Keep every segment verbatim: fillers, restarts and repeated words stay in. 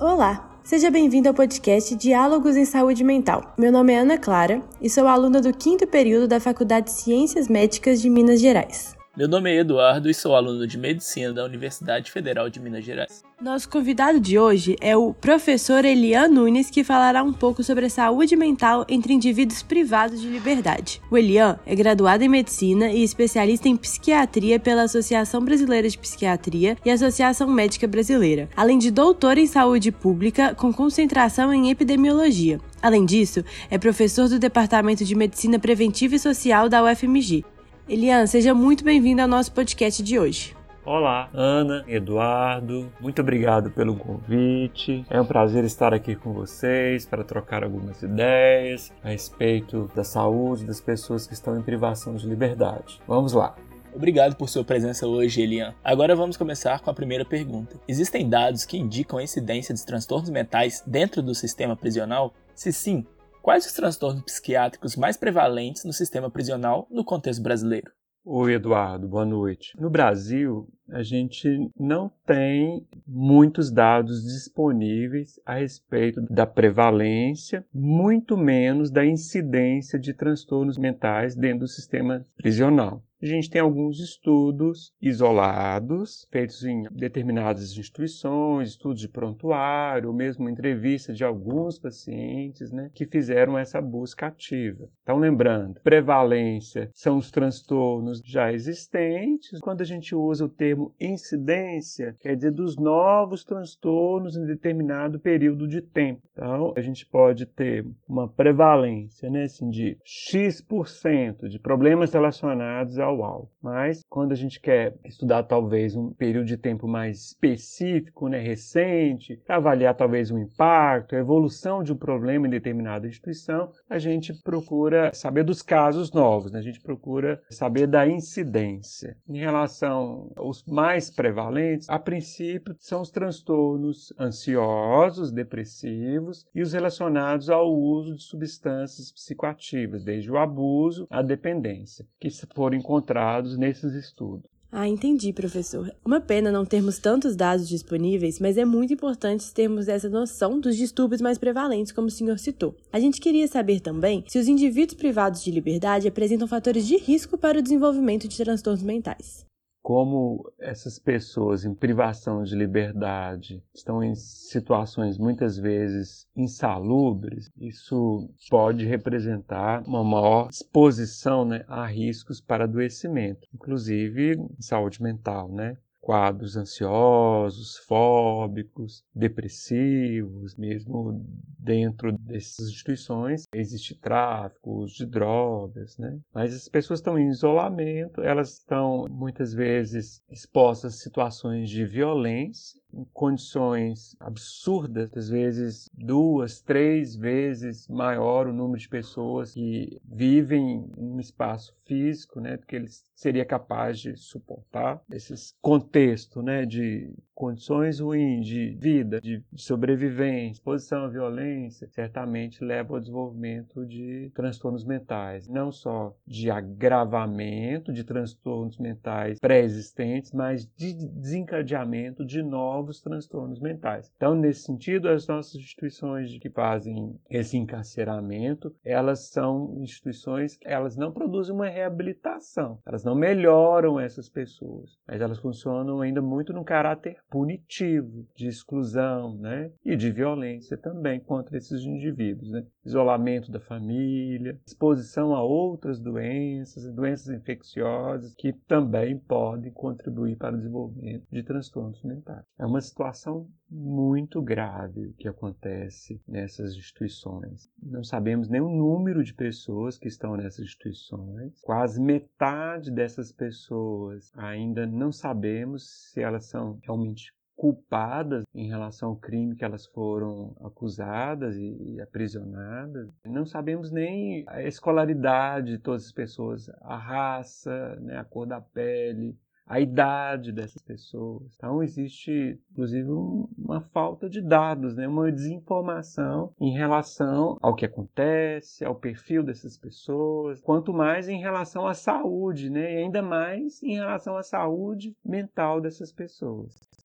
Olá, seja bem-vindo ao podcast Diálogos em Saúde Mental. Meu nome é Ana Clara e sou aluna do quinto período da Faculdade de Ciências Médicas de Minas Gerais. Meu nome é Eduardo e sou aluno de Medicina da Universidade Federal de Minas Gerais. Nosso convidado de hoje é o professor Elian Nunes, que falará um pouco sobre a saúde mental entre indivíduos privados de liberdade. O Elian é graduado em Medicina e especialista em Psiquiatria pela Associação Brasileira de Psiquiatria e Associação Médica Brasileira, além de doutor em Saúde Pública com concentração em Epidemiologia. Além disso, é professor do Departamento de Medicina Preventiva e Social da U F M G. Elian, seja muito bem-vindo ao nosso podcast de hoje. Olá, Ana, Eduardo, muito obrigado pelo convite. É um prazer estar aqui com vocês para trocar algumas ideias a respeito da saúde das pessoas que estão em privação de liberdade. Vamos lá. Obrigado por sua presença hoje, Elian. Agora vamos começar com a primeira pergunta. Existem dados que indicam a incidência de transtornos mentais dentro do sistema prisional? Se sim, quais os transtornos psiquiátricos mais prevalentes no sistema prisional no contexto brasileiro? Oi, Eduardo, boa noite. No Brasil, a gente não tem muitos dados disponíveis a respeito da prevalência, muito menos da incidência de transtornos mentais dentro do sistema prisional. A gente tem alguns estudos isolados, feitos em determinadas instituições, estudos de prontuário, ou mesmo entrevista de alguns pacientes, né, que fizeram essa busca ativa. Então, lembrando, prevalência são os transtornos já existentes. Quando a gente usa o termo incidência, quer dizer dos novos transtornos em determinado período de tempo. Então, a gente pode ter uma prevalência, né, assim, de X% de problemas relacionados ao álcool. Mas, quando a gente quer estudar talvez um período de tempo mais específico, né, recente, para avaliar talvez o impacto, a evolução de um problema em determinada instituição, a gente procura saber dos casos novos, né? A gente procura saber da incidência. Em relação aos mais prevalentes, a princípio, são os transtornos ansiosos, depressivos e os relacionados ao uso de substâncias psicoativas, desde o abuso à dependência, que foram encontrados nesses estudos. Ah, entendi, professor. Uma pena não termos tantos dados disponíveis, mas é muito importante termos essa noção dos distúrbios mais prevalentes, como o senhor citou. A gente queria saber também se os indivíduos privados de liberdade apresentam fatores de risco para o desenvolvimento de transtornos mentais. Como essas pessoas em privação de liberdade estão em situações muitas vezes insalubres, isso pode representar uma maior exposição, né, a riscos para adoecimento, inclusive saúde mental, né? Quadros ansiosos, fóbicos, depressivos, mesmo dentro dessas instituições existe tráfico, uso de drogas, né? Mas as pessoas estão em isolamento, elas estão muitas vezes expostas a situações de violência, em condições absurdas, às vezes duas, três vezes maior o número de pessoas que vivem em um espaço físico, né, do que ele seria capaz de suportar. Esse contexto, né, de condições ruins de vida, de sobrevivência, exposição à violência, certamente leva ao desenvolvimento de transtornos mentais, não só de agravamento de transtornos mentais pré-existentes, mas de desencadeamento de novos transtornos mentais. Então, nesse sentido, as nossas instituições que fazem esse encarceramento, elas são instituições que elas não produzem uma reabilitação, elas não melhoram essas pessoas, mas elas funcionam ainda muito no caráter punitivo, de exclusão, né? E de violência também contra esses indivíduos, né? Isolamento da família, exposição a outras doenças, doenças infecciosas, que também podem contribuir para o desenvolvimento de transtornos mentais. É uma situação muito grave o que acontece nessas instituições. Não sabemos nem o número de pessoas que estão nessas instituições. Quase metade dessas pessoas ainda não sabemos se elas são realmente culpadas em relação ao crime que elas foram acusadas e aprisionadas. Não sabemos nem a escolaridade de todas as pessoas, a raça, né, a cor da pele, a idade dessas pessoas. Então, existe, inclusive, uma falta de dados, né? Uma desinformação em relação ao que acontece, ao perfil dessas pessoas, quanto mais em relação à saúde, né? E ainda mais em relação à saúde mental dessas pessoas.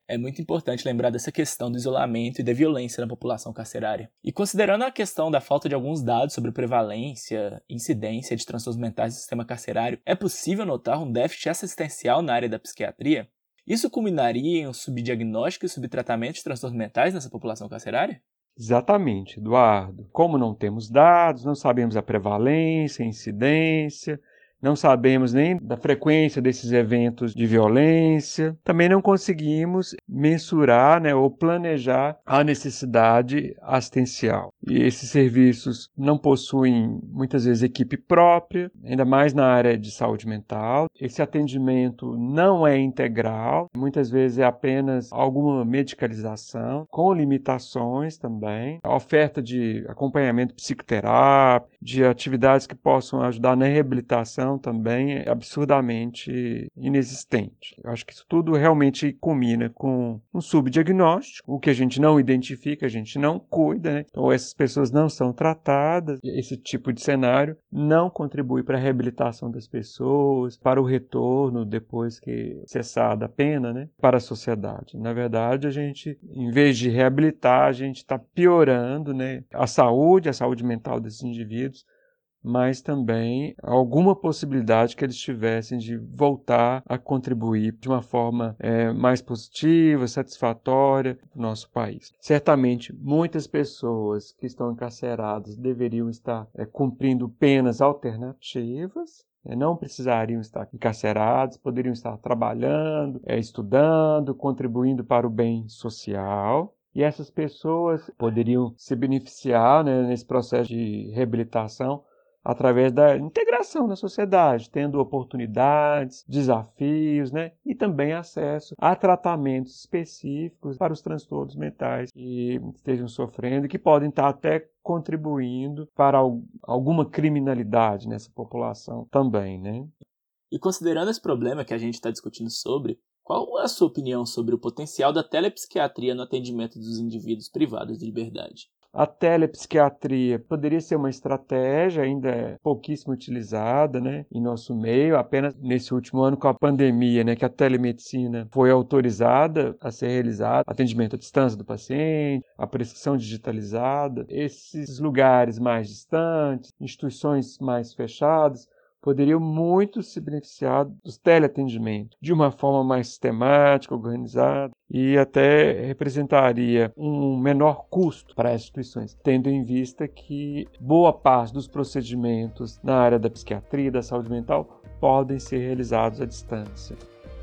É muito importante lembrar dessa questão do isolamento e da violência na população carcerária. E considerando a questão da falta de alguns dados sobre prevalência e incidência de transtornos mentais no sistema carcerário, é possível notar um déficit assistencial na área da psiquiatria? Isso culminaria em um subdiagnóstico e subtratamento de transtornos mentais nessa população carcerária? Exatamente, Eduardo. Como não temos dados, não sabemos a prevalência, a incidência, não sabemos nem da frequência desses eventos de violência, também não conseguimos mensurar, né, ou planejar a necessidade assistencial. E esses serviços não possuem, muitas vezes, equipe própria, ainda mais na área de saúde mental. Esse atendimento não é integral, muitas vezes é apenas alguma medicalização, com limitações também. A oferta de acompanhamento psicoterápico, de atividades que possam ajudar na reabilitação também é absurdamente inexistente. Eu acho que isso tudo realmente culmina com um subdiagnóstico, o que a gente não identifica, a gente não cuida, né? Então essas pessoas não são tratadas, esse tipo de cenário não contribui para a reabilitação das pessoas, para o retorno depois que cessada a pena, né? Para a sociedade. Na verdade, a gente, em vez de reabilitar, a gente está piorando, né? A saúde, a saúde mental desses indivíduos, mas também alguma possibilidade que eles tivessem de voltar a contribuir de uma forma é, mais positiva, satisfatória para o nosso país. Certamente, muitas pessoas que estão encarceradas deveriam estar é, cumprindo penas alternativas, não precisariam estar encarcerados, poderiam estar trabalhando, é, estudando, contribuindo para o bem social. E essas pessoas poderiam se beneficiar, né, nesse processo de reabilitação através da integração na sociedade, tendo oportunidades, desafios, né? E também acesso a tratamentos específicos para os transtornos mentais que estejam sofrendo e que podem estar até contribuindo para alguma criminalidade nessa população também, né? E considerando esse problema que a gente está discutindo sobre, qual é a sua opinião sobre o potencial da telepsiquiatria no atendimento dos indivíduos privados de liberdade? A telepsiquiatria poderia ser uma estratégia ainda pouquíssimo utilizada, né, em nosso meio, apenas nesse último ano com a pandemia, né, que a telemedicina foi autorizada a ser realizada, atendimento à distância do paciente, a prescrição digitalizada. Esses lugares mais distantes, instituições mais fechadas, poderiam muito se beneficiar dos teleatendimentos de uma forma mais sistemática, organizada e até representaria um menor custo para as instituições, tendo em vista que boa parte dos procedimentos na área da psiquiatria e da saúde mental podem ser realizados à distância.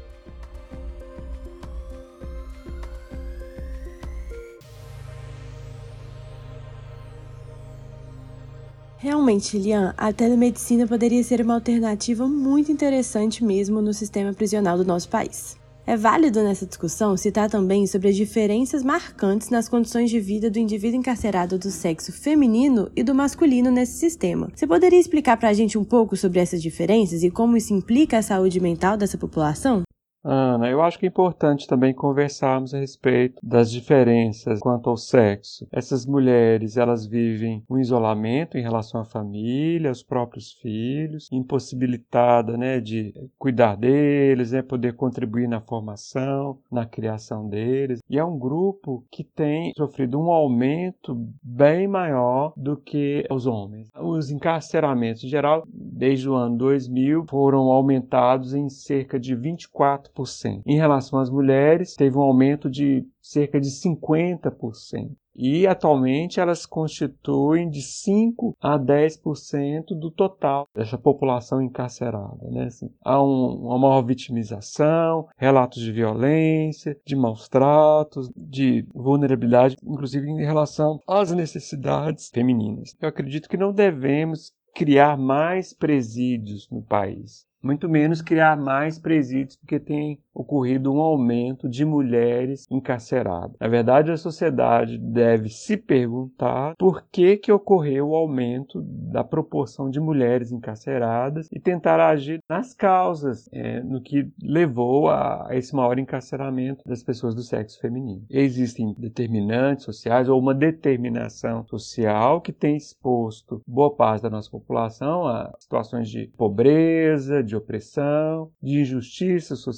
Realmente, Lian, a telemedicina poderia ser uma alternativa muito interessante mesmo no sistema prisional do nosso país. É válido nessa discussão citar também sobre as diferenças marcantes nas condições de vida do indivíduo encarcerado do sexo feminino e do masculino nesse sistema. Você poderia explicar pra gente um pouco sobre essas diferenças e como isso implica a saúde mental dessa população? Ana, eu acho que é importante também conversarmos a respeito das diferenças quanto ao sexo. Essas mulheres, elas vivem um isolamento em relação à família, aos próprios filhos, impossibilitada, né, de cuidar deles, né, poder contribuir na formação, na criação deles. E é um grupo que tem sofrido um aumento bem maior do que os homens. Os encarceramentos, em geral, desde o ano dois mil, foram aumentados em cerca de vinte e quatro por cento. Em relação às mulheres, teve um aumento de cerca de cinquenta por cento. E, atualmente, elas constituem de cinco a dez por cento do total dessa população encarcerada, né? Assim, há um, uma maior vitimização, relatos de violência, de maus tratos, de vulnerabilidade, inclusive em relação às necessidades femininas. Eu acredito que não devemos criar mais presídios no país. Muito menos criar mais presídios, porque tem ocorrido um aumento de mulheres encarceradas. Na verdade, a sociedade deve se perguntar por que que ocorreu o aumento da proporção de mulheres encarceradas e tentar agir nas causas, é, no que levou a, a esse maior encarceramento das pessoas do sexo feminino. Existem determinantes sociais ou uma determinação social que tem exposto boa parte da nossa população a situações de pobreza, de opressão, de injustiça social,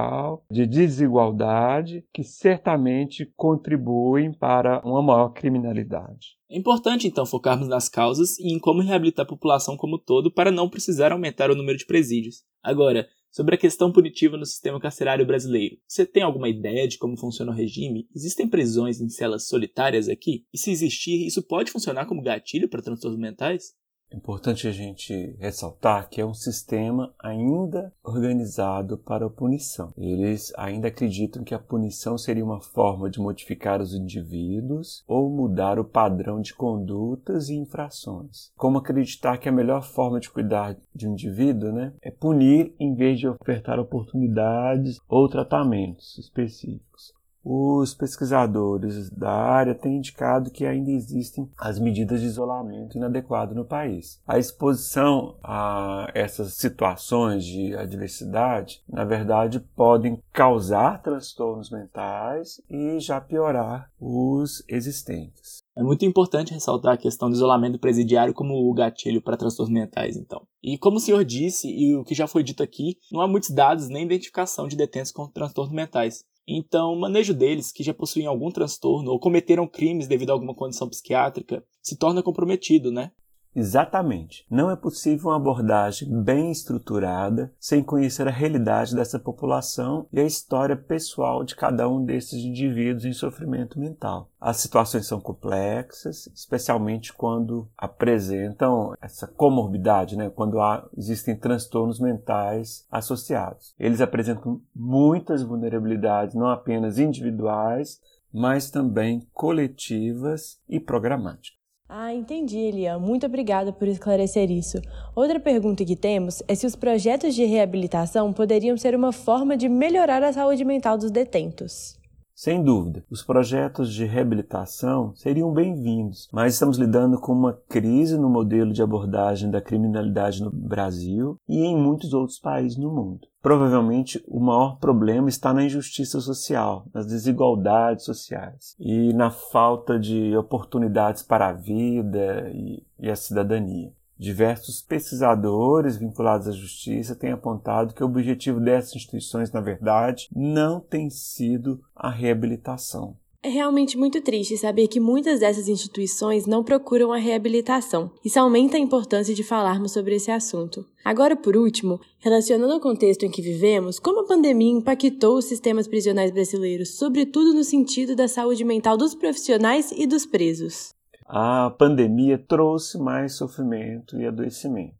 social, de desigualdade, que certamente contribuem para uma maior criminalidade. É importante, então, focarmos nas causas e em como reabilitar a população como um todo para não precisar aumentar o número de presídios. Agora, sobre a questão punitiva no sistema carcerário brasileiro, você tem alguma ideia de como funciona o regime? Existem prisões em celas solitárias aqui? E se existir, isso pode funcionar como gatilho para transtornos mentais? É importante a gente ressaltar que é um sistema ainda organizado para a punição. Eles ainda acreditam que a punição seria uma forma de modificar os indivíduos ou mudar o padrão de condutas e infrações. Como acreditar que a melhor forma de cuidar de um indivíduo, né, é punir em vez de ofertar oportunidades ou tratamentos específicos. Os pesquisadores da área têm indicado que ainda existem as medidas de isolamento inadequado no país. A exposição a essas situações de adversidade, na verdade, podem causar transtornos mentais e já piorar os existentes. É muito importante ressaltar a questão do isolamento presidiário como o gatilho para transtornos mentais, então. E como o senhor disse, e o que já foi dito aqui, não há muitos dados nem identificação de detentos com transtornos mentais. Então, o manejo deles, que já possuem algum transtorno ou cometeram crimes devido a alguma condição psiquiátrica, se torna comprometido, né? Exatamente. Não é possível uma abordagem bem estruturada sem conhecer a realidade dessa população e a história pessoal de cada um desses indivíduos em sofrimento mental. As situações são complexas, especialmente quando apresentam essa comorbidade, né? Quando há, existem transtornos mentais associados. Eles apresentam muitas vulnerabilidades, não apenas individuais, mas também coletivas e programáticas. Ah, entendi, Elian. Muito obrigada por esclarecer isso. Outra pergunta que temos é se os projetos de reabilitação poderiam ser uma forma de melhorar a saúde mental dos detentos. Sem dúvida, os projetos de reabilitação seriam bem-vindos, mas estamos lidando com uma crise no modelo de abordagem da criminalidade no Brasil e em muitos outros países no mundo. Provavelmente, o maior problema está na injustiça social, nas desigualdades sociais e na falta de oportunidades para a vida e, e a cidadania. Diversos pesquisadores vinculados à justiça têm apontado que o objetivo dessas instituições, na verdade, não tem sido a reabilitação. É realmente muito triste saber que muitas dessas instituições não procuram a reabilitação. Isso aumenta a importância de falarmos sobre esse assunto. Agora, por último, relacionando ao contexto em que vivemos, como a pandemia impactou os sistemas prisionais brasileiros, sobretudo no sentido da saúde mental dos profissionais e dos presos? A pandemia trouxe mais sofrimento e adoecimento,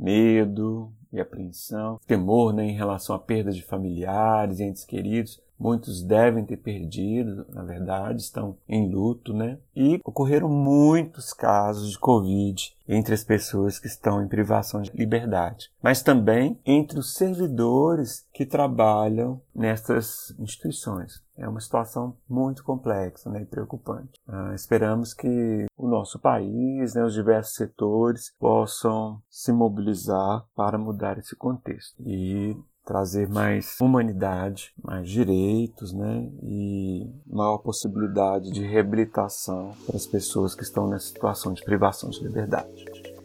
medo e apreensão, temor, né, em relação à perda de familiares e entes queridos. Muitos devem ter perdido, na verdade, estão em luto, né? E ocorreram muitos casos de Covid entre as pessoas que estão em privação de liberdade, mas também entre os servidores que trabalham nessas instituições. É uma situação muito complexa, né, e preocupante. Ah, esperamos que o nosso país, né, os diversos setores possam se mobilizar para mudar esse contexto e trazer mais humanidade, mais direitos, né, e maior possibilidade de reabilitação para as pessoas que estão nessa situação de privação de liberdade.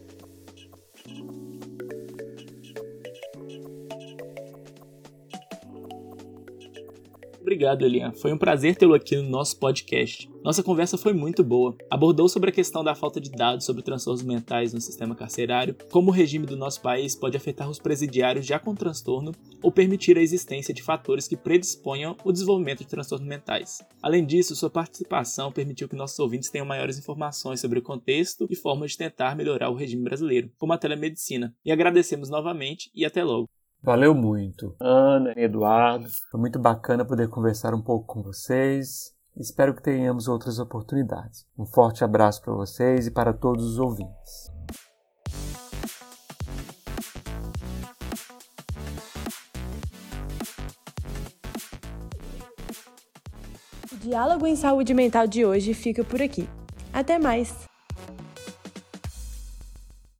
Obrigado, Elian. Foi um prazer tê-lo aqui no nosso podcast. Nossa conversa foi muito boa. Abordou sobre a questão da falta de dados sobre transtornos mentais no sistema carcerário, como o regime do nosso país pode afetar os presidiários já com transtorno ou permitir a existência de fatores que predisponham o desenvolvimento de transtornos mentais. Além disso, sua participação permitiu que nossos ouvintes tenham maiores informações sobre o contexto e formas de tentar melhorar o regime brasileiro, como a telemedicina. E agradecemos novamente e até logo. Valeu muito, Ana e Eduardo. Foi muito bacana poder conversar um pouco com vocês. Espero que tenhamos outras oportunidades. Um forte abraço para vocês e para todos os ouvintes. O Diálogo em Saúde Mental de hoje fica por aqui. Até mais!